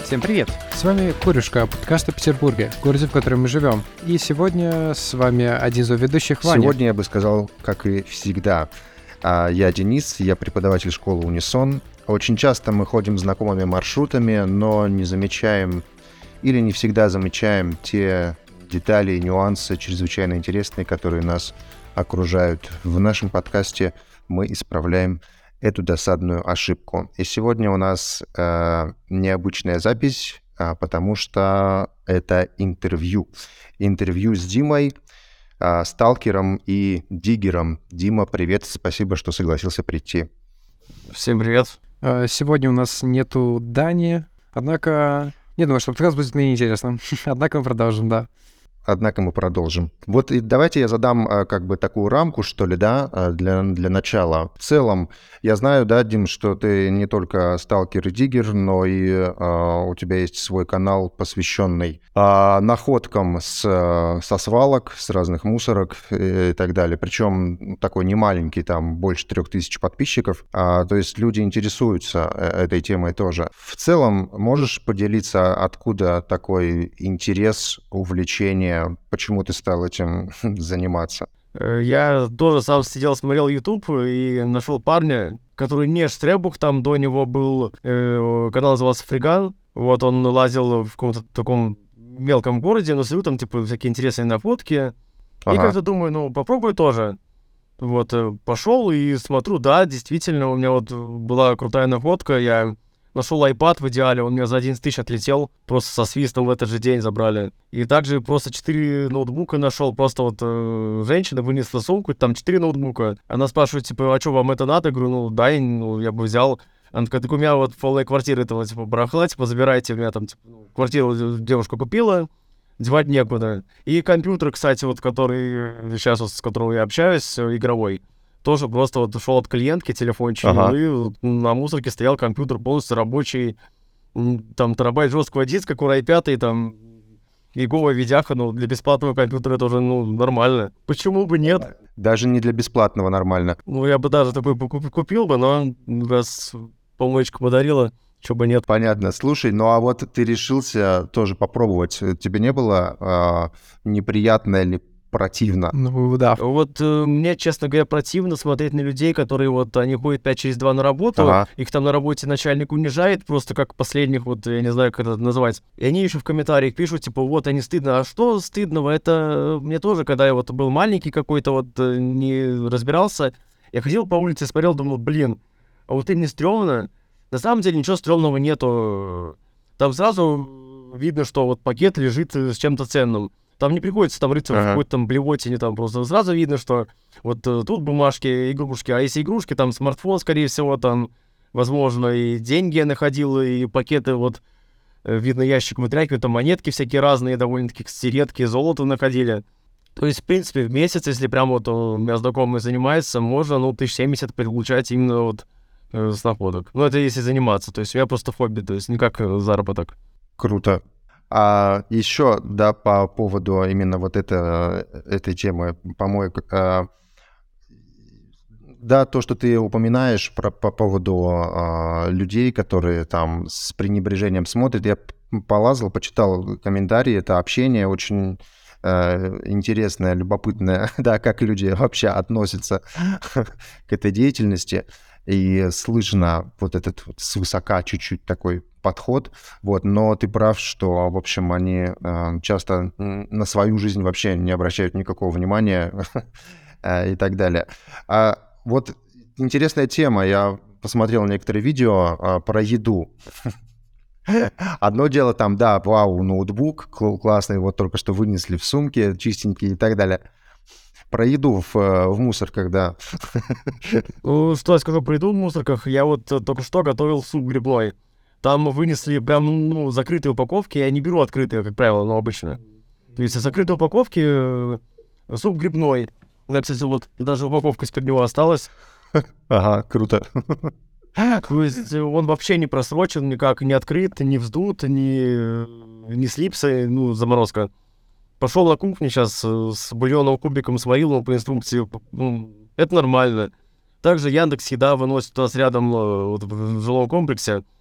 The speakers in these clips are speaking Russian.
Всем привет! С вами Курюшка, подкаст о Петербурге, городе, в котором мы живем. И сегодня с вами один из ведущих, Ваня. Сегодня я бы сказал, как и всегда. Я Денис, я преподаватель школы Унисон. Очень часто мы ходим знакомыми маршрутами, но не замечаем или не всегда замечаем те детали и нюансы чрезвычайно интересные, которые нас окружают. В нашем подкасте мы исправляем эту досадную ошибку. И сегодня у нас необычная запись, потому что это интервью. Интервью с Димой, сталкером и диггером. Дима, привет, спасибо, что согласился прийти. Всем привет. Сегодня у нас нету Дани, однако не думаю, что подкаст будет мне интересно. Однако мы продолжим, да. Однако мы продолжим. Вот и давайте я задам как бы такую рамку, что ли, да, для начала. В целом, я знаю, да, Дим, что ты не только сталкер и диггер, но и у тебя есть свой канал, посвященный находкам со свалок, с разных мусорок и так далее. Причем такой немаленький, там больше 3000 подписчиков. То есть люди интересуются этой темой тоже. В целом, можешь поделиться, откуда такой интерес, увлечение? Почему ты стал этим заниматься? Я тоже сам сидел, смотрел YouTube и нашел парня, который не Штребух, там до него был канал назывался Фриган. Вот он лазил в каком-то таком мелком городе, но смотрю там типа всякие интересные находки. И как-то думаю, попробую тоже. Вот пошел и смотрю, да, действительно, у меня вот была крутая находка, я нашел iPad в идеале, он у меня за 11 тысяч отлетел, просто со свистом в этот же день забрали. И также просто 4 ноутбука нашел, просто вот женщина вынесла сумку, там 4 ноутбука. Она спрашивает, типа, а что, вам это надо? Я говорю, да, я бы взял. Она такая, так у меня вот полная квартира этого, типа, барахла, типа, забирайте, у меня там, типа, квартиру девушка купила, девать некуда. И компьютер, кстати, вот, который сейчас, вот, с которым я общаюсь, игровой, тоже просто вот ушел от клиентки, телефончик, и на мусорке стоял компьютер полностью рабочий, там терабайт жесткого диска, Core i5, там, иговая видяха, для бесплатного компьютера это уже, нормально. Почему бы нет? Даже не для бесплатного нормально. Я бы даже такой купил бы, но раз помоечка подарила, чего бы нет. Понятно. Слушай, а вот ты решился тоже попробовать. Тебе не было неприятно или противно? Да. Вот мне, честно говоря, противно смотреть на людей, которые вот, они ходят 5 через 2 на работу, их там на работе начальник унижает, просто как последних, вот, я не знаю, как это называть. И они еще в комментариях пишут, типа, вот, они стыдно. А что стыдного? Это мне тоже, когда я вот был маленький какой-то, вот, не разбирался, я ходил по улице, смотрел, думал, блин, а вот им не стрёмно? На самом деле ничего стрёмного нету. Там сразу видно, что вот пакет лежит с чем-то ценным. Там не приходится там рыться в какой-то там блевотине, там просто сразу видно, что вот тут бумажки, игрушки, а если игрушки, там смартфон, скорее всего, там, возможно, и деньги я находил, и пакеты, вот, видно, ящик вытряхивают, там монетки всякие разные, довольно-таки, кстати, редкие, золото находили. То есть, в принципе, в месяц, если прям вот у меня знакомый занимается, можно, 1070 получать именно вот с находок. Это если заниматься, то есть у меня просто хобби, то есть не как заработок. Круто. А еще, да, по поводу именно вот этой темы помоек, да, то, что ты упоминаешь по поводу людей, которые там с пренебрежением смотрят, я полазал, почитал комментарии, это общение очень интересное, любопытное, да, как люди вообще относятся к этой деятельности. И слышно вот этот вот свысока чуть-чуть такой подход, но ты прав, что, в общем, они часто на свою жизнь вообще не обращают никакого внимания и так далее. Вот интересная тема, я посмотрел некоторые видео про еду. Одно дело там, да, вау, ноутбук классный, вот только что вынесли в сумке, чистенький и так далее. Про еду в мусорках, да. Что я скажу про еду в мусорках? Я вот только что готовил суп грибной. Там вынесли прям, закрытые упаковки. Я не беру открытые, как правило, но обычно. То есть закрытые упаковки, суп грибной. У меня, кстати, вот даже упаковка из-под него осталась. Ага, круто. То есть он вообще не просрочен, никак не открыт, не вздут, не слипся, заморозка. Пошел на кухню сейчас с бульонным кубиком сварил его по инструкции. Это нормально. Также Яндекс.Еда выносит у нас рядом вот, в жилом комплексе.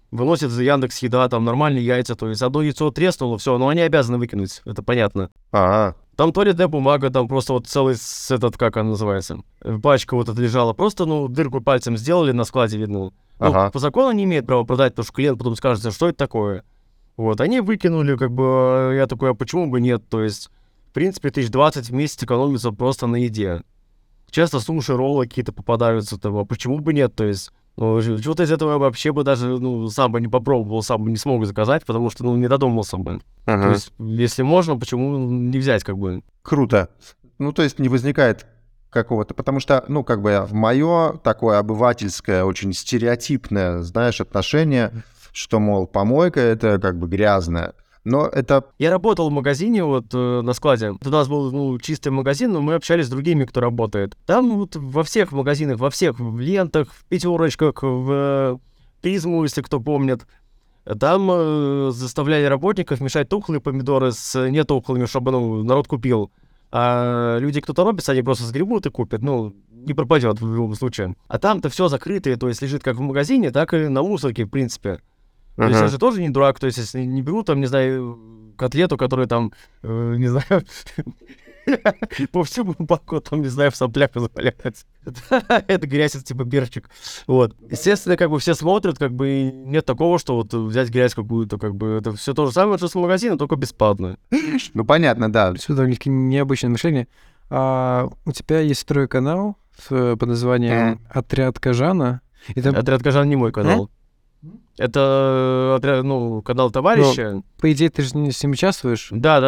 выносят за Яндекс.Еда, там нормальные яйца, то есть одно яйцо треснуло, все, но они обязаны выкинуть, это понятно. Там туалетная бумага, там просто вот целый как она называется, пачка вот эта лежала, просто, дырку пальцем сделали, на складе видно. По закону не имеет права продать, потому что клиент потом скажет, что это такое. Вот, они выкинули, как бы, я такой, а почему бы нет, то есть, в принципе, 20 в месяц экономится просто на еде. Часто суши, роллы какие-то попадаются, а почему бы нет, то есть, что-то из этого вообще бы даже, сам бы не попробовал, сам бы не смог заказать, потому что, не додумался бы. То есть, если можно, почему не взять, как бы. Круто. То есть не возникает какого-то, потому что, мое такое обывательское, очень стереотипное, знаешь, отношение, что, мол, помойка — это как бы грязная. Но это... Я работал в магазине, вот, на складе. У нас был, чистый магазин, но мы общались с другими, кто работает. Там вот во всех магазинах, в лентах, в пятерочках, в призму, если кто помнит, там заставляли работников мешать тухлые помидоры с нетухлыми, чтобы, народ купил. А люди, кто торопится, они просто сгребут и купят. Не пропадет в любом случае. А там-то все закрытое, то есть лежит как в магазине, так и на мусорке, в принципе. То есть я же тоже не дурак, то есть если не беру там, не знаю, котлету, которую там, не знаю, по всему баку, там, не знаю, в соплях заваляется. Это грязь, это типа перчик. Вот. Естественно, как бы все смотрят, как бы нет такого, что вот взять грязь какую-то, как бы это все то же самое, что с магазина, только бесплатно. Понятно, да. Все довольно-таки необычное мышление. У тебя есть второй канал под названием «Отряд Кажана». Отряд Кажана не мой канал. Это канал товарища. По идее, ты же с ним участвуешь? Да.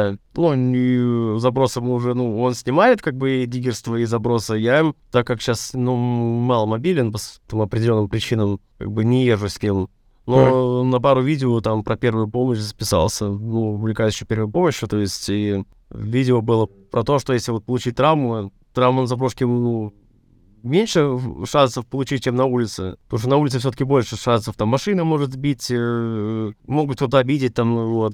Забросы мы уже, он снимает как бы диггерство и забросы. Я, так как сейчас, мало мобилен по определенным причинам, как бы не езжу с ним. Но на пару видео там про первую помощь записался. Увлекаюсь еще первой помощью, то есть и видео было про то, что если вот получить травму на заброшке, меньше шансов получить, чем на улице. Потому что на улице все-таки больше шансов. Там машина может сбить, могут кто-то обидеть, там, вот.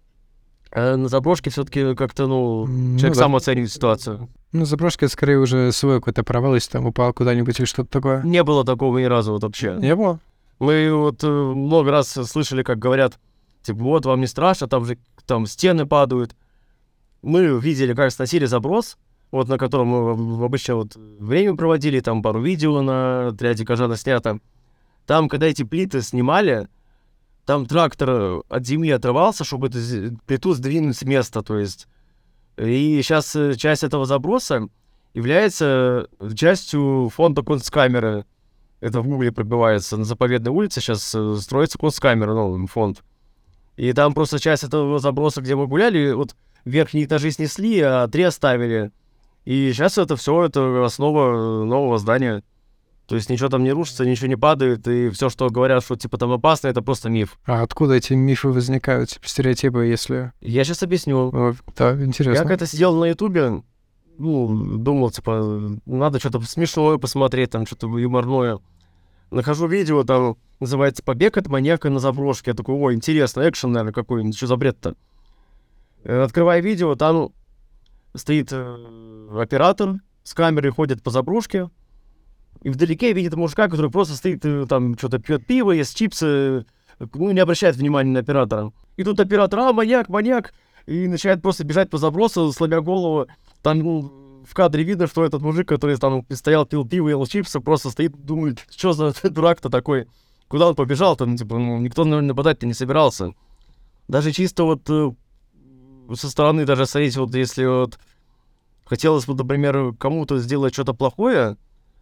А на заброшке все-таки как-то, человек сам оценивает ситуацию. Заброшка, скорее, уже свой какой-то провал, если там упал куда-нибудь или что-то такое. Не было такого ни разу вот вообще. Не было? Мы вот много раз слышали, как говорят, типа, вот, вам не страшно, там же стены падают. Мы видели, как сносили заброс, вот на котором мы обычно вот время проводили, там пару видео на отряде Кажана снято. Там, когда эти плиты снимали, там трактор от земли отрывался, чтобы эту плиту сдвинуть с места, то есть. И сейчас часть этого заброса является частью фонда Кунсткамеры. Это в Гугле пробивается. На Заповедной улице сейчас строится Кунсткамера, новый фонд. И там просто часть этого заброса, где мы гуляли, вот верхние этажи снесли, а 3 оставили. И сейчас это основа нового здания. То есть ничего там не рушится, ничего не падает, и все, что говорят, что типа там опасно, это просто миф. А откуда эти мифы возникают, типа стереотипы, если... Я сейчас объясню. Да, интересно. Я когда сидел на Ютубе, думал, типа, надо что-то смешное посмотреть, там что-то юморное. Нахожу видео, там называется «Побег от маньяка на заброшке». Я такой, ой, интересно, экшен, наверное, какой-нибудь, что за бред-то? Открываю видео, там стоит оператор с камерой, ходит по заброшке, и вдалеке видит мужика, который просто стоит, там, что-то пьет пиво, ест чипсы, не обращает внимания на оператора. И тут оператор, маньяк, и начинает просто бежать по забросу, сломя голову. Там, в кадре видно, что этот мужик, который там стоял, пил пиво, ел чипсы, просто стоит, думает, что за дурак-то такой? Куда он побежал? Там, типа, никто, наверное, нападать-то не собирался. Даже чисто вот со стороны даже смотреть, вот если вот хотелось бы, например, кому-то сделать что-то плохое,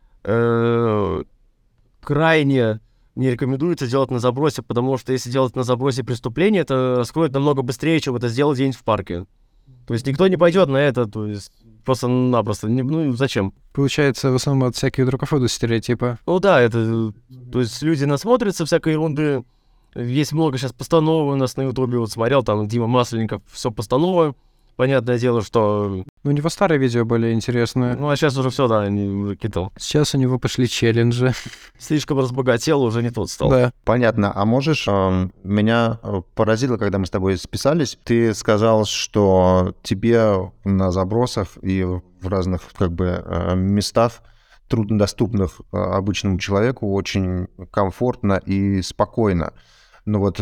крайне не рекомендуется делать на забросе, потому что если делать на забросе преступление, это раскроет намного быстрее, чем это сделать где-нибудь в парке. То есть никто не пойдет на это, то есть просто-напросто, зачем? Получается, в основном от всяких друков идут стереотипы. Да, это, то есть люди насмотрятся всякой ерунды. Есть много сейчас постановок у нас на Ютубе, вот смотрел, там Дима Масленников, все постановы. Понятное дело, что... У него старые видео были интересные. А сейчас уже все, да, они уже кидал. Сейчас у него пошли челленджи. Слишком разбогател, уже не тот стал. Да. Понятно. А можешь... Меня поразило, когда мы с тобой списались, ты сказал, что тебе на забросах и в разных, местах труднодоступных обычному человеку очень комфортно и спокойно. Ну вот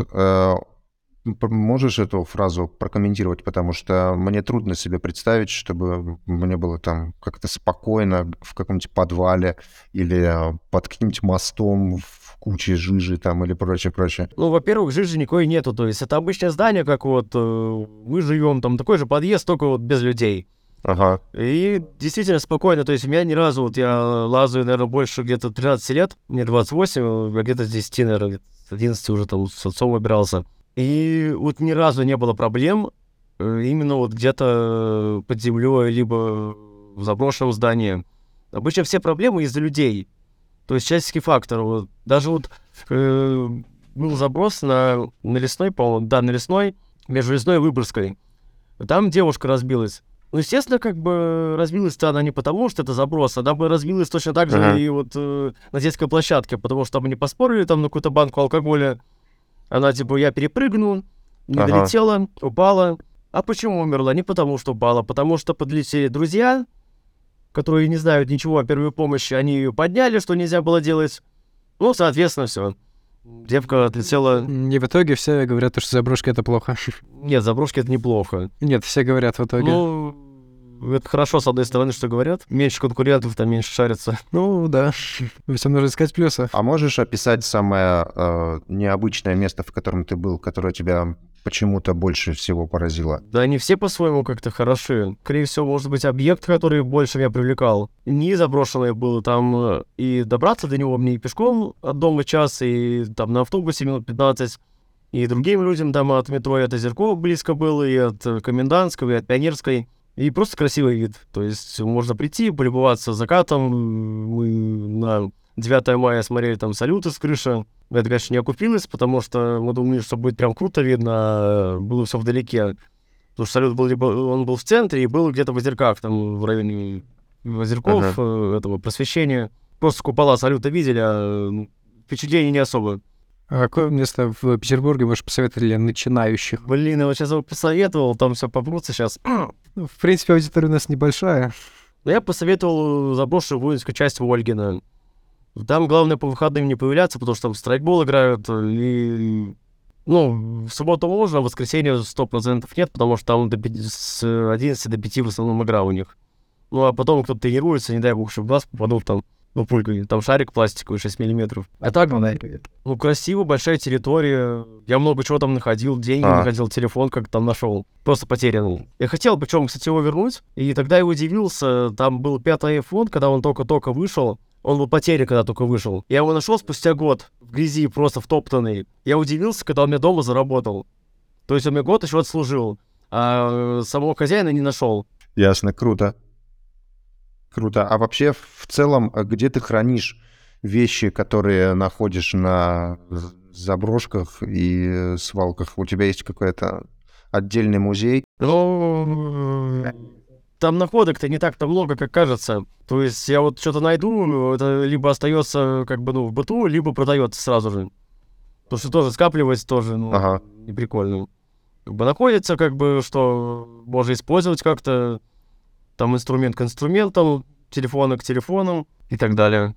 можешь эту фразу прокомментировать, потому что мне трудно себе представить, чтобы мне было там как-то спокойно в каком-нибудь подвале или под каким-нибудь мостом в куче жижи там или прочее. Ну, во-первых, жижи никакой нету, то есть это обычное здание, как вот мы живем, там такой же подъезд, только вот без людей. Ага. И действительно спокойно, то есть у меня ни разу, вот я лазаю, наверное, больше где-то 13 лет, мне 28, а где-то с 10, наверное, где-то с 11 уже там с отцом выбирался. И вот ни разу не было проблем именно вот где-то под землей, либо в заброшенном здании. Обычно все проблемы из-за людей. То есть человеческий фактор. Вот. Даже вот был заброс на Лесной, по-моему, да, на Лесной, между Лесной и Выборгской. Там девушка разбилась. Ну, естественно, как бы разбилась-то она не потому, что это заброс, она бы разбилась точно так же и вот на детской площадке, потому что там они поспорили там на какую-то банку алкоголя. Она типа, я перепрыгну, не долетела, упала. А почему умерла? Не потому, что упала, потому что подлетели друзья, которые не знают ничего о первой помощи, они ее подняли, что нельзя было делать. Ну, соответственно, все. Девка отлетела... И в итоге все говорят, что заброшки — это плохо. Нет, заброшки — это неплохо. Нет, все говорят в итоге. Ну, это хорошо, с одной стороны, что говорят. Меньше конкурентов, там меньше шарится. Ну, да. Всем нужно искать плюсы. А можешь описать самое необычное место, в котором ты был, которое тебя почему-то больше всего поразило? Да они все по-своему как-то хороши. Скорее всего, может быть, объект, который больше меня привлекал. Не заброшенное было там, и добраться до него мне и пешком от дома час, и там на автобусе минут 15. И другим людям там от метро и от Озеркова близко было, и от Комендантского, и от Пионерской. И просто красивый вид. То есть можно прийти, полюбоваться закатом. Мы на 9 мая смотрели там салюты с крыши. Это, конечно, не окупилось, потому что мы думали, что будет прям круто видно, а было все вдалеке. Потому что салют был он был в центре и был где-то в Озерках, там в районе Озерков, этого Просвещения. Просто купола салюта видели, а впечатление не особо. А какое место в Петербурге можешь посоветовать для начинающих? Блин, я вот сейчас его посоветовал, там все попрутся сейчас. Ну, в принципе, аудитория у нас небольшая. Но я посоветовал заброшенную воинскую часть Ольгина. Там главное по выходным не появляться, потому что там страйкбол играют, и... Ну, в субботу можно, а в воскресенье 100% нет, потому что там с 11 до 5 в основном игра у них. Ну, а потом кто-то тренируется, не дай бог, чтобы в глаз попадут там, ну, пулькой. Там шарик пластиковый 6 миллиметров. А так, ну, красиво, большая территория. Я много чего там находил, деньги находил, телефон как-то там нашел. Просто потерян. Я хотел, причем, кстати, его вернуть. И тогда я удивился, там был 5-й iPhone, когда он только-только вышел. Он был потерян, когда только вышел. Я его нашел спустя год в грязи, просто втоптанный. Я удивился, когда он мне дома заработал. То есть он мне год еще отслужил, а самого хозяина не нашел. Ясно, круто. Круто. А вообще, в целом, где ты хранишь вещи, которые находишь на заброшках и свалках? У тебя есть какой-то отдельный музей? Ну, там находок-то не так-то много, как кажется. То есть я вот что-то найду, это либо остается как бы, ну, в быту, либо продается сразу же. Потому что тоже скапливать тоже, ну, не прикольно. Как бы находится, как бы, что можно использовать как-то, там инструмент к инструментам, телефоны к телефонам и так далее.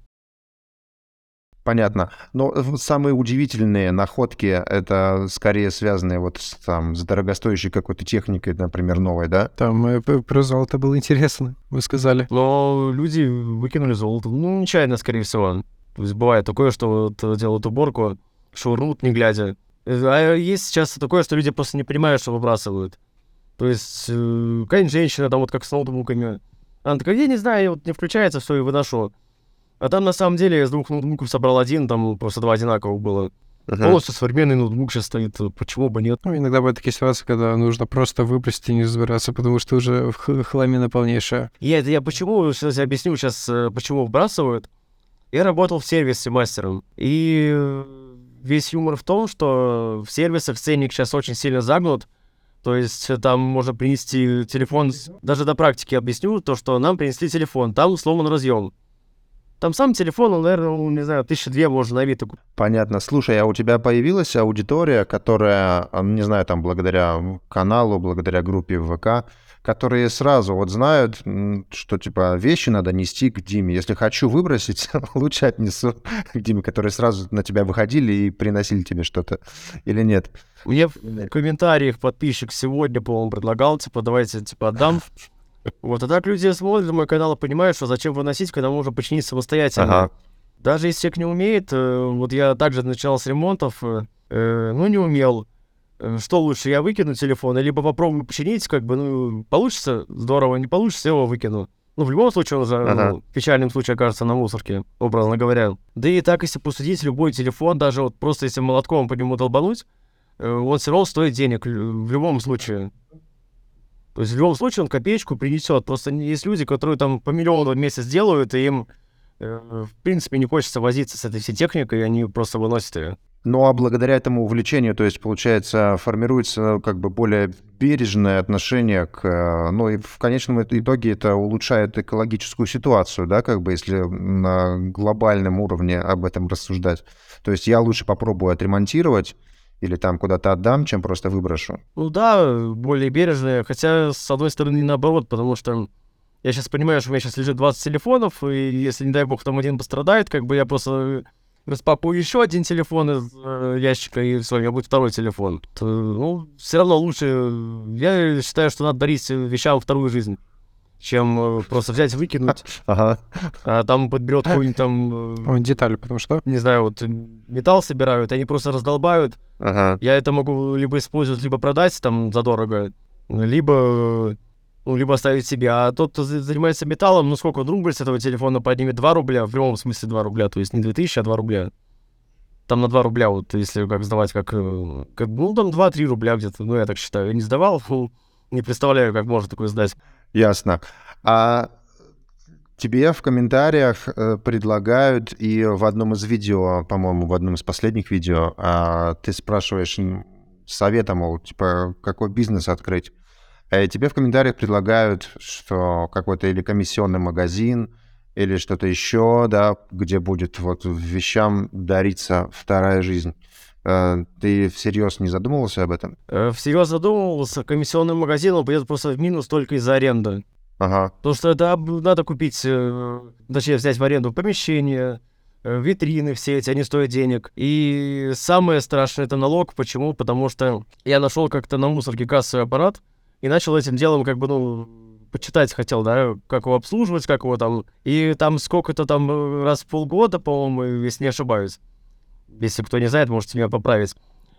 Понятно. Но самые удивительные находки, это скорее связанные вот с дорогостоящей какой-то техникой, например, новой, да? Там про золото было интересно, вы сказали. Но люди выкинули золото. Ну, нечаянно, скорее всего. То есть бывает такое, что вот делают уборку, швырнут, не глядя. А есть часто такое, что люди просто не понимают, что выбрасывают. То есть какая-нибудь женщина там вот как с ноутбуками. Она такая, я не знаю, вот не включается, все, и выношу. А там, на самом деле, я с 2 ноутбуков собрал один, там просто 2 одинаковых было. Полностью современный ноутбук сейчас стоит, почему бы нет? Ну, иногда бывают такие ситуации, когда нужно просто выбросить и не разбираться, потому что уже хламина полнейшая. Я почему, сейчас я объясню сейчас, почему выбрасывают. Я работал в сервисе мастером, и весь юмор в том, что в сервисах ценник сейчас очень сильно загнут. То есть там можно принести телефон, даже до практики объясню, то, что нам принесли телефон, там сломан разъем. Там сам телефон, он, наверное, не знаю, 1002 можно на Авито купить. Понятно. Слушай, а у тебя появилась аудитория, которая, не знаю, там, благодаря каналу, благодаря группе в ВК, которые сразу вот знают, что, типа, вещи надо нести к Диме. Если хочу выбросить, лучше отнесу к Диме, которые сразу на тебя выходили и приносили тебе что-то, или нет? Мне в комментариях подписчик сегодня, по-моему, предлагал, типа, давайте, типа, отдам. Вот, а так люди смотрят мой канал и понимают, что зачем выносить, когда можно починить самостоятельно. Ага. Даже если человек не умеет, вот я также начинал с ремонтов, ну, не умел. Что лучше, я выкину телефон, либо попробую починить, как бы, ну, получится, здорово, не получится, я его выкину. Ну, в любом случае, он же, ну, в печальном случае окажется на мусорке, образно говоря. Да и так, если посудить, любой телефон, даже вот просто если молотком по нему долбануть, он все равно стоит денег, в любом случае. То есть в любом случае он копеечку принесет. Просто есть люди, которые там по миллиону в месяц делают, и им, в принципе, не хочется возиться с этой всей техникой, и они просто выносят ее. Ну, а благодаря этому увлечению, то есть, получается, формируется как бы более бережное отношение к... Ну, и в конечном итоге это улучшает экологическую ситуацию, да, как бы, если на глобальном уровне об этом рассуждать. То есть я лучше попробую отремонтировать или там куда-то отдам, чем просто выброшу. Ну да, более бережное, хотя, с одной стороны, наоборот, потому что я сейчас понимаю, что у меня сейчас лежит 20 телефонов, и если, не дай бог, там один пострадает, как бы я просто распакую еще один телефон из ящика, и все, у меня будет второй телефон. Ну, все равно лучше, я считаю, что надо дарить вещам вторую жизнь, чем просто взять, выкинуть, Ага. а там подберет какую-нибудь там, Ой, детали, потому что... не знаю, вот металл собирают, они просто раздолбают. Ага. Я это могу либо использовать, либо продать там задорого, либо, ну, либо оставить себе. А тот, кто занимается металлом, ну сколько, рубль с этого телефона поднимет 2 рубля, в любом смысле 2 рубля, то есть не 2000, а 2 рубля. Там на 2 рубля, вот если как сдавать, как ну там 2-3 рубля где-то, ну я так считаю. Я не сдавал, не представляю, как можно такое сдать. Ясно. А тебе в комментариях предлагают, и в одном из видео, по-моему, в одном из последних видео, ты спрашиваешь совета, мол, типа, какой бизнес открыть. И тебе в комментариях предлагают, что какой-то или комиссионный магазин, или что-то еще, да, где будет вот вещам дариться вторая жизнь. Ты всерьез не задумывался об этом? Всерьез задумывался, комиссионным магазином пойдет просто в минус только из-за аренды. Ага. Потому что это надо купить, точнее, взять в аренду помещение, витрины все эти, они стоят денег. И самое страшное — это налог. Почему? Потому что я нашел как-то на мусорке кассовый аппарат и начал этим делом как бы, ну, почитать хотел, да, как его обслуживать, как его там... И там сколько-то там раз в полгода, по-моему, если не ошибаюсь. Если кто не знает, можете меня поправить.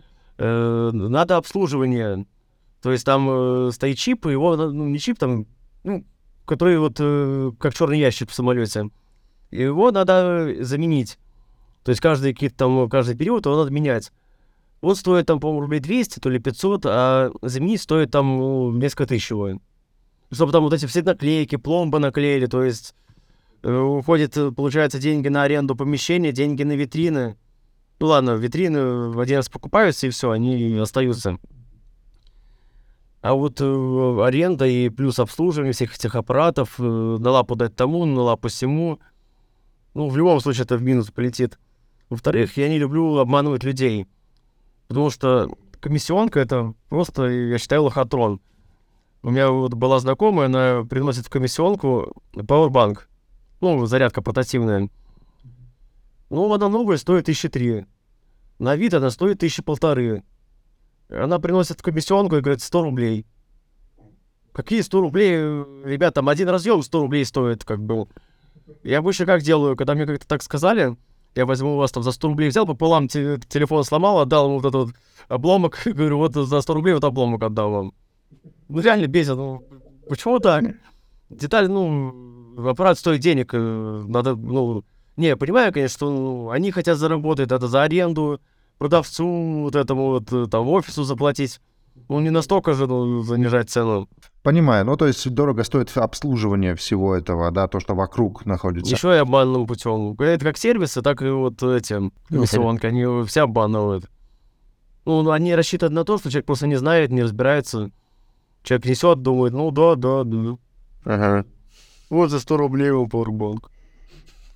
Надо обслуживание. То есть там стоит чип, и его, ну, не чип, там, ну, который вот как черный ящик в самолете. Его надо заменить. То есть каждый период его надо менять. Он стоит там, по-моему, рублей 200, то ли 500, а заменить стоит там, ну, несколько тысяч его. Чтобы там вот эти все наклейки, пломбы наклеили, то есть уходит, получается, деньги на аренду помещения, деньги на витрины. Ну ладно, витрины один раз покупаются, и все, они остаются. А вот аренда и плюс обслуживание всех этих аппаратов, на лапу дать тому, на лапу сему, ну, в любом случае это в минус полетит. Во-вторых, я не люблю обманывать людей, потому что комиссионка — это просто, я считаю, лохотрон. У меня вот была знакомая, она приносит в комиссионку пауэрбанк, ну, зарядка портативная. Ну, она новая, стоит 1003. На вид она стоит 1500. Она приносит в комиссионку и говорит 100 рублей. Какие 100 рублей? Ребят, там один разъем 100 рублей стоит, как бы. Я обычно как делаю, когда мне как-то так сказали, я возьму у вас там за 100 рублей, взял пополам, телефон сломал, отдал ему вот этот вот обломок, говорю, вот за 100 рублей вот обломок отдал вам. Ну, реально бесит, ну, почему так? Деталь, ну, аппарат стоит денег, надо, ну... Не, понимаю, конечно, что ну, они хотят заработать, это за аренду, продавцу, вот этому вот, там, офису заплатить. Ну, не настолько же, ну, занижать цену. Понимаю, ну, то есть дорого стоит обслуживание всего этого, да, то, что вокруг находится. Еще и обманным путем. Это как сервисы, так и вот эти комиссионки, они все обманывают. Ну, они рассчитаны на то, что человек просто не знает, не разбирается. Человек несет, думает, ну, да. Ага. Вот за 100 рублей его пауэрбанк.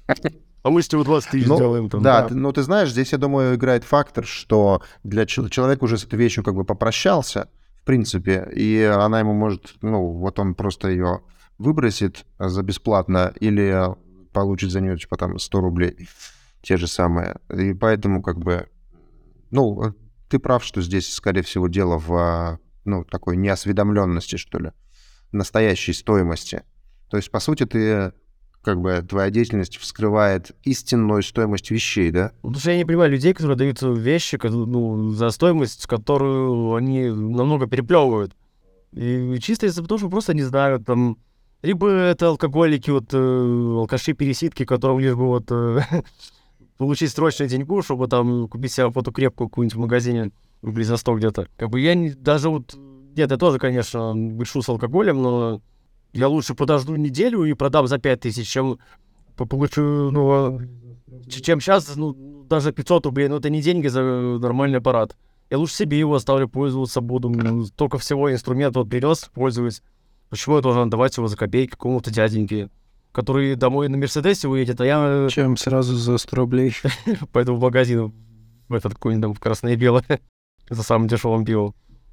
А мы что, 20 тысяч Ну, сделаем там. да, но ты знаешь, здесь, я думаю, играет фактор, что человек уже с этой вещью как бы попрощался, в принципе, и она ему может, ну, вот он просто ее выбросит за бесплатно или получит за нее, типа, там, 100 рублей, те же самые. И поэтому, как бы, ну, ты прав, что здесь, скорее всего, дело в, ну, такой неосведомленности, что ли, настоящей стоимости. То есть, по сути, ты, как бы, твоя деятельность вскрывает истинную стоимость вещей, да? Потому что я не понимаю людей, которые дают вещи, ну, за стоимость, которую они намного переплевывают. И чисто из-за того, что просто не знают, там, либо это алкоголики, вот, алкаши-пересидки, которым лишь бы вот получить срочную деньгу, чтобы там купить себе фотокрепку какую-нибудь в магазине рублей за 100 где-то. Как бы я даже вот... Нет, я тоже, конечно, грешу с алкоголем, но я лучше подожду неделю и продам за 5000, чем получу, ну, чем сейчас, ну, даже 500 рублей, ну, это не деньги за нормальный аппарат. Я лучше себе его оставлю, пользоваться буду. Столько всего инструментов вот привез, пользуюсь. Почему я должен отдавать его за копейки какому-то дяденьке, который домой на Мерседесе уедет, а я... Чем сразу за 100 рублей. Пойду в магазин, в этот какой-нибудь там в красное и белое, за самым дешевым пивом.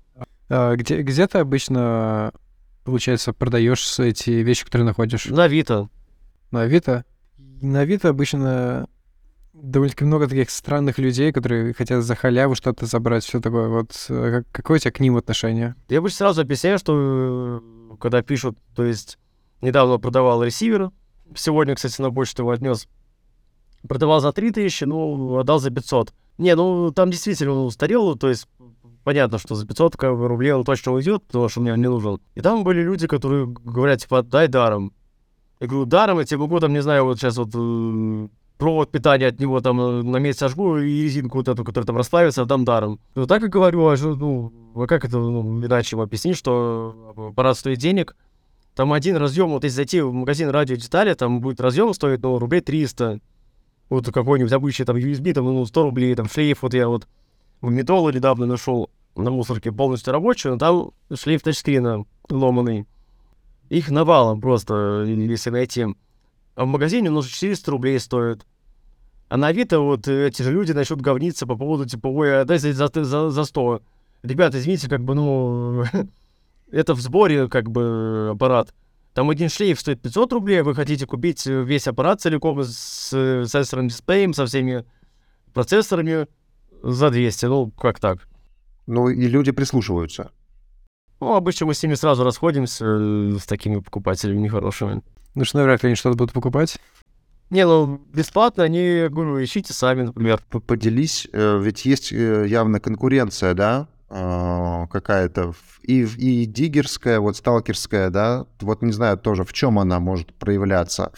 Где ты обычно, получается, продаешь эти вещи, которые находишь? На Авито. На Авито? На Авито обычно довольно-таки много таких странных людей, которые хотят за халяву что-то забрать, все такое. Вот какое у тебя к ним отношение? Я бы сразу объясняю, что когда пишут, то есть недавно продавал ресивер, сегодня, кстати, на почту его отнес, продавал за 3000, ну, отдал за 500. Не, ну, там действительно он устарел, то есть понятно, что за 500 рублей он точно уйдет, потому что мне он не нужен. И там были люди, которые говорят, типа, отдай даром. Я говорю, даром я тебе могу, там, не знаю, вот сейчас вот провод питания от него там на месяц сожгу и резинку вот эту, которая там расплавится, отдам даром. Ну, так и говорю, а как это, ну, иначе ему объяснить, что аппарат стоит денег. Там один разъем, вот если зайти в магазин радиодетали, там будет разъем стоить, ну, рублей 300. Вот какой-нибудь обычный там USB, там, ну, 100 рублей, там, шлейф, вот я вот в Метолу недавно нашел на мусорке полностью рабочий, но там шлейф тачскрина ломаный. Их навалом просто, если найти. А в магазине он уже 400 рублей стоит. А на Авито вот эти же люди начнут говниться по поводу, типа, ой, отдай за 100. Ребята, извините, как бы, ну, это в сборе, как бы, аппарат. Там один шлейф стоит 500 рублей, вы хотите купить весь аппарат целиком с сенсорным дисплеем, со всеми процессорами за 200. Ну, как так? Ну, и люди прислушиваются. Ну, обычно мы с ними сразу расходимся, с такими покупателями нехорошими. Ну что, навряд ли они что-то будут покупать. Не, ну, бесплатно они, говорю, ищите сами, например. Поделись, ведь есть явно конкуренция, да, какая-то, и диггерская, вот сталкерская, да, вот не знаю тоже, в чем она может проявляться,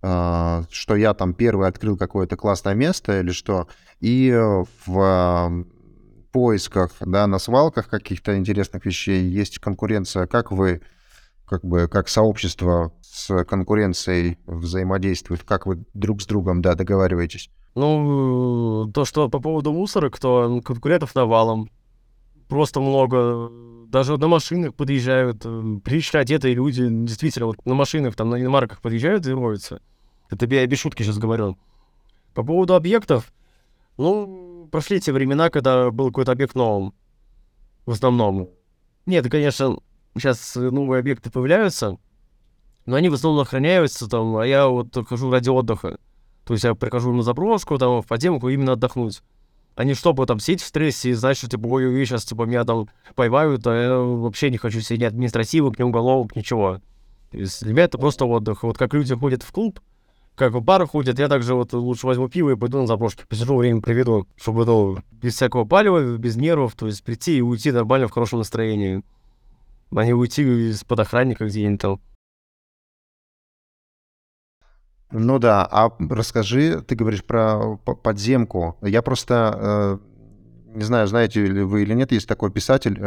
что я там первый открыл какое-то классное место или что, и в поисках, да, на свалках каких-то интересных вещей есть конкуренция. Как вы, как бы, как сообщество с конкуренцией взаимодействует? Как вы друг с другом, да, договариваетесь? Ну, то, что по поводу мусорок, то конкурентов навалом. Просто много. Даже на машинах подъезжают, прилично одетые люди. Действительно, вот на машинах, там, на иномарках подъезжают и роются. Это я без шутки сейчас говорю. По поводу объектов, ну, прошли те времена, когда был какой-то объект новым. В основном. Нет, конечно, сейчас новые объекты появляются, но они в основном охраняются там, а я вот хожу ради отдыха. То есть я прихожу на заброшку, там, в подземку именно отдохнуть. А не чтобы там сидеть в стрессе и знать, что, типа, ой, сейчас, типа, меня там поймают, а я вообще не хочу сидеть ни административок, ни уголовок, ничего. То есть для меня это просто отдых. Вот как люди ходят в клуб, как в бар ходят, я также вот лучше возьму пиво и пойду на заброшке, посижу, время проведу, чтобы, ну, без всякого палева, без нервов, то есть прийти и уйти нормально в хорошем настроении. А не уйти из-под охранника где-нибудь там. Ну да, а расскажи, ты говоришь про подземку. Я просто не знаю, знаете ли вы или нет, есть такой писатель,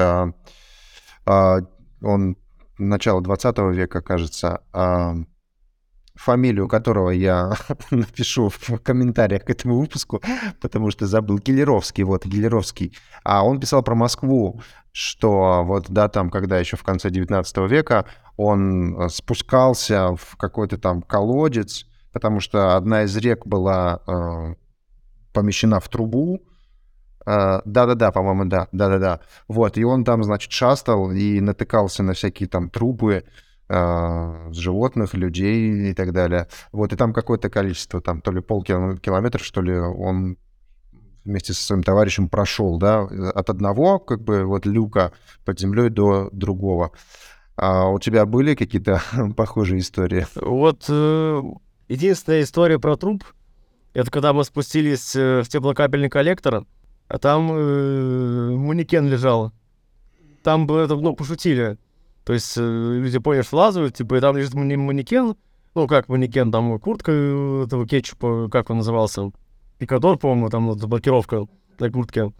он начала 20 века, кажется, фамилию которого я напишу в комментариях к этому выпуску, потому что забыл. Гелеровский. А он писал про Москву, что вот, да, там, когда еще в конце 19 века он спускался в какой-то там колодец, потому что одна из рек была помещена в трубу. Да-да-да, по-моему, да. Вот, и он там, значит, шастал и натыкался на всякие там трупы животных, людей и так далее. Вот, и там какое-то количество, там, то ли полкилометра, что ли, он вместе со своим товарищем прошел, да, от одного, как бы, вот люка под землей до другого. А у тебя были какие-то похожие истории? Вот единственная история про труп, это когда мы спустились в теплокапельный коллектор, а там манекен лежал. Там бы это, пошутили. То есть люди поняли, что лазают, типа, и там лежит манекен. Ну, как манекен, там куртка этого кетчупа, как он назывался? Пикадор, по-моему, там вот, блокировка на куртке.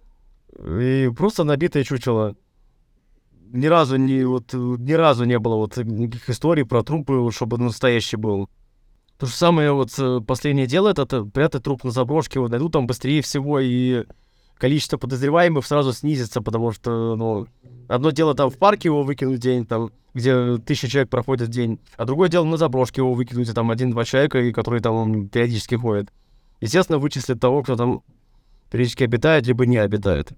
И просто набитое чучело. Ни разу не было вот никаких историй про трупы, чтобы настоящий был. То же самое вот последнее дело, это прятать труп на заброшке, вот найдут там быстрее всего, и количество подозреваемых сразу снизится, потому что, одно дело там в парке его выкинуть день, там, где 1000 человек проходят день, а другое дело на заброшке его выкинуть, и там 1-2 человека, и которые там периодически ходят. Естественно, вычислят того, кто там периодически обитает, либо не обитает.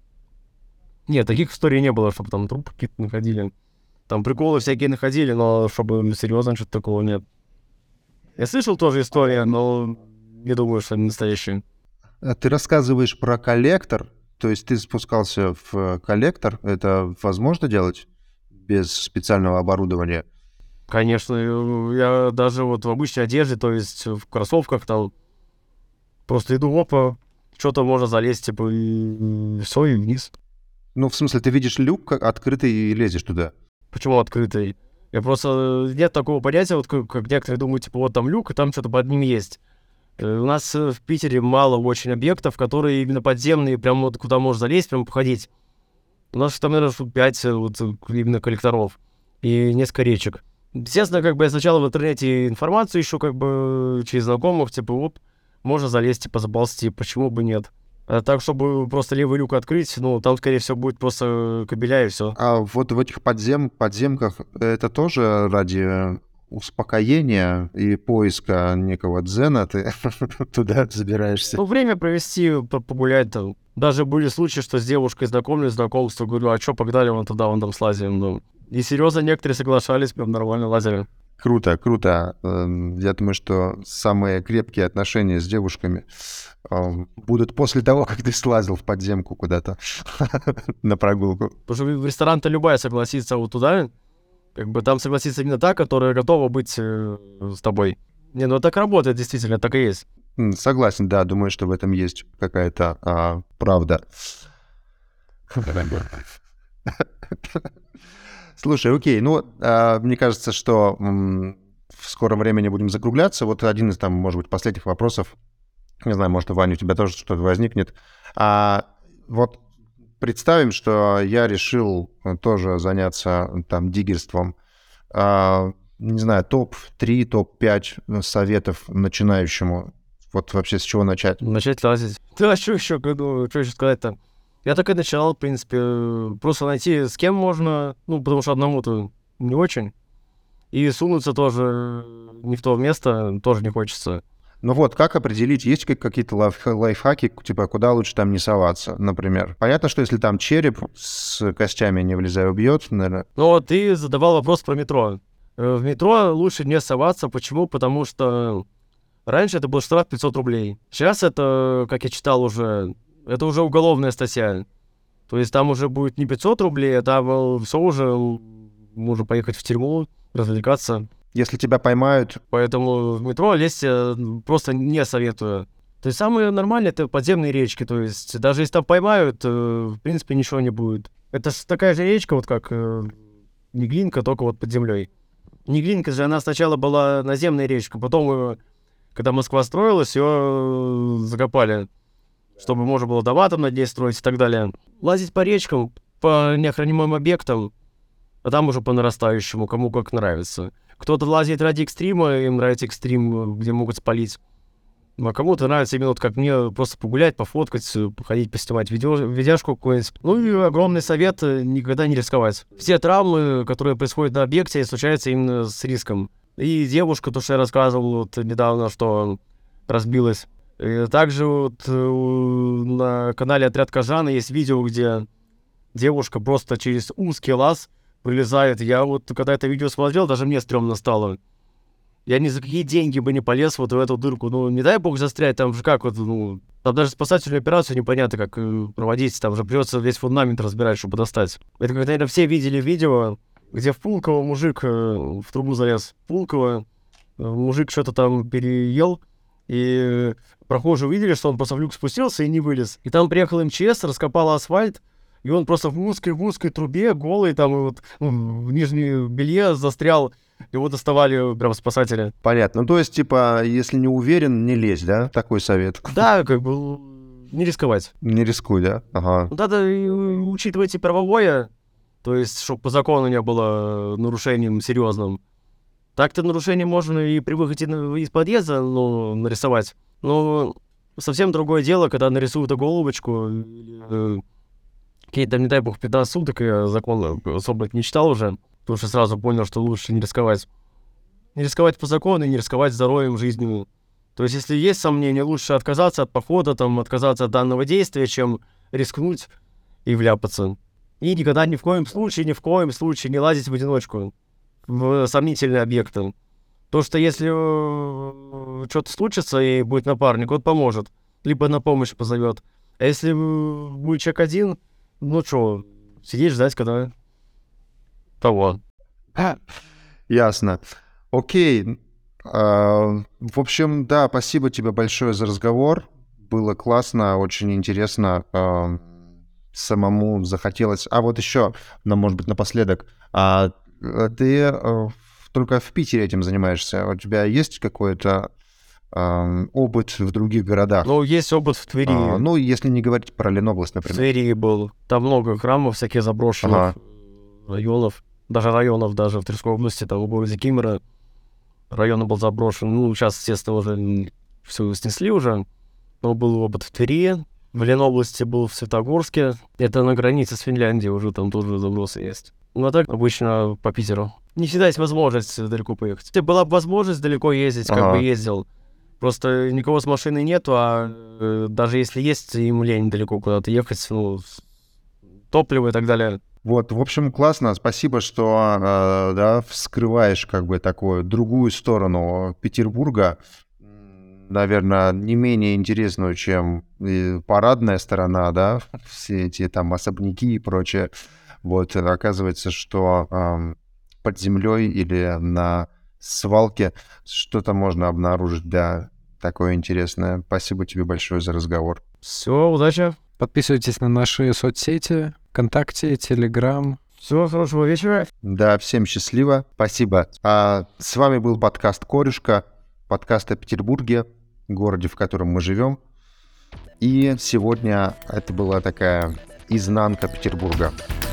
Нет, таких историй не было, чтобы там трупы какие-то находили. Там приколы всякие находили, но чтобы серьезно что-то такого нет. Я слышал тоже историю, но не думаю, что они настоящие. Ты рассказываешь про коллектор, то есть ты спускался в коллектор, это возможно делать без специального оборудования? Конечно, я даже вот в обычной одежде, то есть в кроссовках там, просто иду, опа, что-то можно залезть, типа, и все, и вниз. Ну, в смысле, ты видишь люк открытый и лезешь туда? Почему открытый? Я просто... Нет такого понятия, вот как некоторые думают, типа, вот там люк, и там что-то под ним есть. У нас в Питере мало очень объектов, которые именно подземные, прям вот куда можно залезть, прям походить. У нас там, наверное, 5 вот именно коллекторов и несколько речек. Естественно, как бы я сначала в интернете информацию ищу, как бы через знакомых, типа, оп, можно залезть, типа, заползти, почему бы нет. А так, чтобы просто левый люк открыть, там, скорее всего, будет просто кабеля и все. А вот в этих подземках это тоже ради успокоения и поиска некого дзена ты туда забираешься? Время провести, погулять там. Даже были случаи, что с девушкой знакомство, говорю, а что, погнали вон туда, вон там слазим. И серьезно, некоторые соглашались, прям нормально лазили. Круто. Я думаю, что самые крепкие отношения с девушками будут после того, как ты слазил в подземку куда-то на прогулку. Потому что в ресторан-то любая согласится вот туда, как бы там согласится именно та, которая готова быть с тобой. Так работает, действительно, так и есть. Согласен, да, думаю, что в этом есть какая-то правда. Слушай, окей, мне кажется, что в скором времени будем закругляться. Вот один из, может быть, последних вопросов. Не знаю, может, Ваня, у тебя тоже что-то возникнет. Вот представим, что я решил тоже заняться диггерством. Не знаю, топ-3, топ-5 советов начинающему. Вот вообще с чего начать? Начать лазить. Да, что еще сказать-то? Я так и начинал, в принципе, просто найти, с кем можно, потому что одному-то не очень. И сунуться тоже не в то место тоже не хочется. Как определить, есть какие-то лайфхаки, типа, куда лучше там не соваться, например? Понятно, что если там череп с костями не влезая убьет, наверное. Ты задавал вопрос про метро. В метро лучше не соваться. Почему? Потому что раньше это был штраф 500 рублей. Сейчас это, как я читал уже, это уже уголовная статья. То есть там уже будет не 500 рублей, а там все уже можно поехать в тюрьму, развлекаться. Если тебя поймают... Поэтому в метро лезть просто не советую. То есть самые нормальные — это подземные речки. То есть даже если там поймают, в принципе, ничего не будет. Это же такая же речка, вот как Неглинка, только вот под землей. Неглинка же, она сначала была наземная речка, потом, когда Москва строилась, ее закопали, чтобы можно было дома там над ней строить и так далее. Лазить по речкам, по неохранимым объектам, а там уже по нарастающему, кому как нравится. Кто-то лазит ради экстрима, им нравится экстрим, где могут спалить. А кому-то нравится именно как мне, просто погулять, пофоткать, походить, поснимать видяшку какую-нибудь. И огромный совет — никогда не рисковать. Все травмы, которые происходят на объекте, случаются именно с риском. И девушка, то, что я рассказывал вот недавно, что разбилась. И также вот на канале «Отряд Кожана» есть видео, где девушка просто через узкий лаз пролезает. Я вот, когда это видео смотрел, даже мне стрёмно стало. Я ни за какие деньги бы не полез вот в эту дырку. Ну, не дай бог застрять, там же как вот, ну... Там даже спасательную операцию непонятно, как проводить. Там же придется весь фундамент разбирать, чтобы достать. Это, как, наверное, все видели видео, где в Пулково мужик в трубу залез. Пулково, мужик что-то там переел, и прохожие увидели, что он просто в люк спустился и не вылез. И там приехал МЧС, раскопал асфальт, и он просто в узкой трубе, голый, там, и вот в нижнем белье застрял. Его доставали прям спасатели. Понятно. Ну, то есть, типа, если не уверен, не лезь, да? Такой совет. Да, как бы не рисковать. Не рискуй, да? Ага. Надо учитывать и правовое, то есть, чтобы по закону не было нарушением серьезным. Так-то нарушение можно и при выходе из подъезда, ну, нарисовать. Но совсем другое дело, когда нарисуют голубочку, или какие-то, там, не дай бог, 15 суток, я закон особо не читал уже, потому что сразу понял, что лучше не рисковать. Не рисковать по закону и не рисковать здоровьем, жизнью. То есть, если есть сомнения, лучше отказаться от похода, там, отказаться от данного действия, чем рискнуть и вляпаться. И никогда ни в коем случае не лазить в одиночку в сомнительные объекты. То, что если что-то случится и будет напарник, он поможет. Либо на помощь позовет. А если будет человек один, ну что, сидеть ждать, когда того. Ясно. Окей. В общем, да, спасибо тебе большое за разговор. Было классно, очень интересно. Самому захотелось. А вот еще, может быть, напоследок. Ты только в Питере этим занимаешься? У тебя есть какой-то опыт в других городах? Ну, есть опыт в Твери. Ну, если не говорить про Ленобласть, В например. Твери был. Там много храмов, всяких заброшенных районов. Даже в Тверской области, там в городе Кимера район был заброшен. Ну, сейчас, естественно, уже все снесли уже. Но был опыт в Твери. В Ленобласти был в Светогорске. Это на границе с Финляндией уже, там тоже забросы есть. Ну, а так обычно по Питеру. Не всегда есть возможность далеко поехать. Если была бы возможность далеко ездить, как бы ездил. Просто никого с машиной нету, а даже если есть, им лень далеко куда-то ехать, ну, топливо и так далее. Вот, в общем, классно. Спасибо, что да, вскрываешь как бы такую другую сторону Петербурга. Наверное, не менее интересную, чем парадная сторона, да, все эти там особняки и прочее. Вот, оказывается, что под землей или на свалке что-то можно обнаружить, да, такое интересное. Спасибо тебе большое за разговор. Все, удачи. Подписывайтесь на наши соцсети, ВКонтакте, Телеграм. Всего хорошего вечера. Да, всем счастливо. Спасибо. С вами был подкаст «Корюшка», подкаст о Петербурге, городе, в котором мы живем. И сегодня это была такая изнанка Петербурга.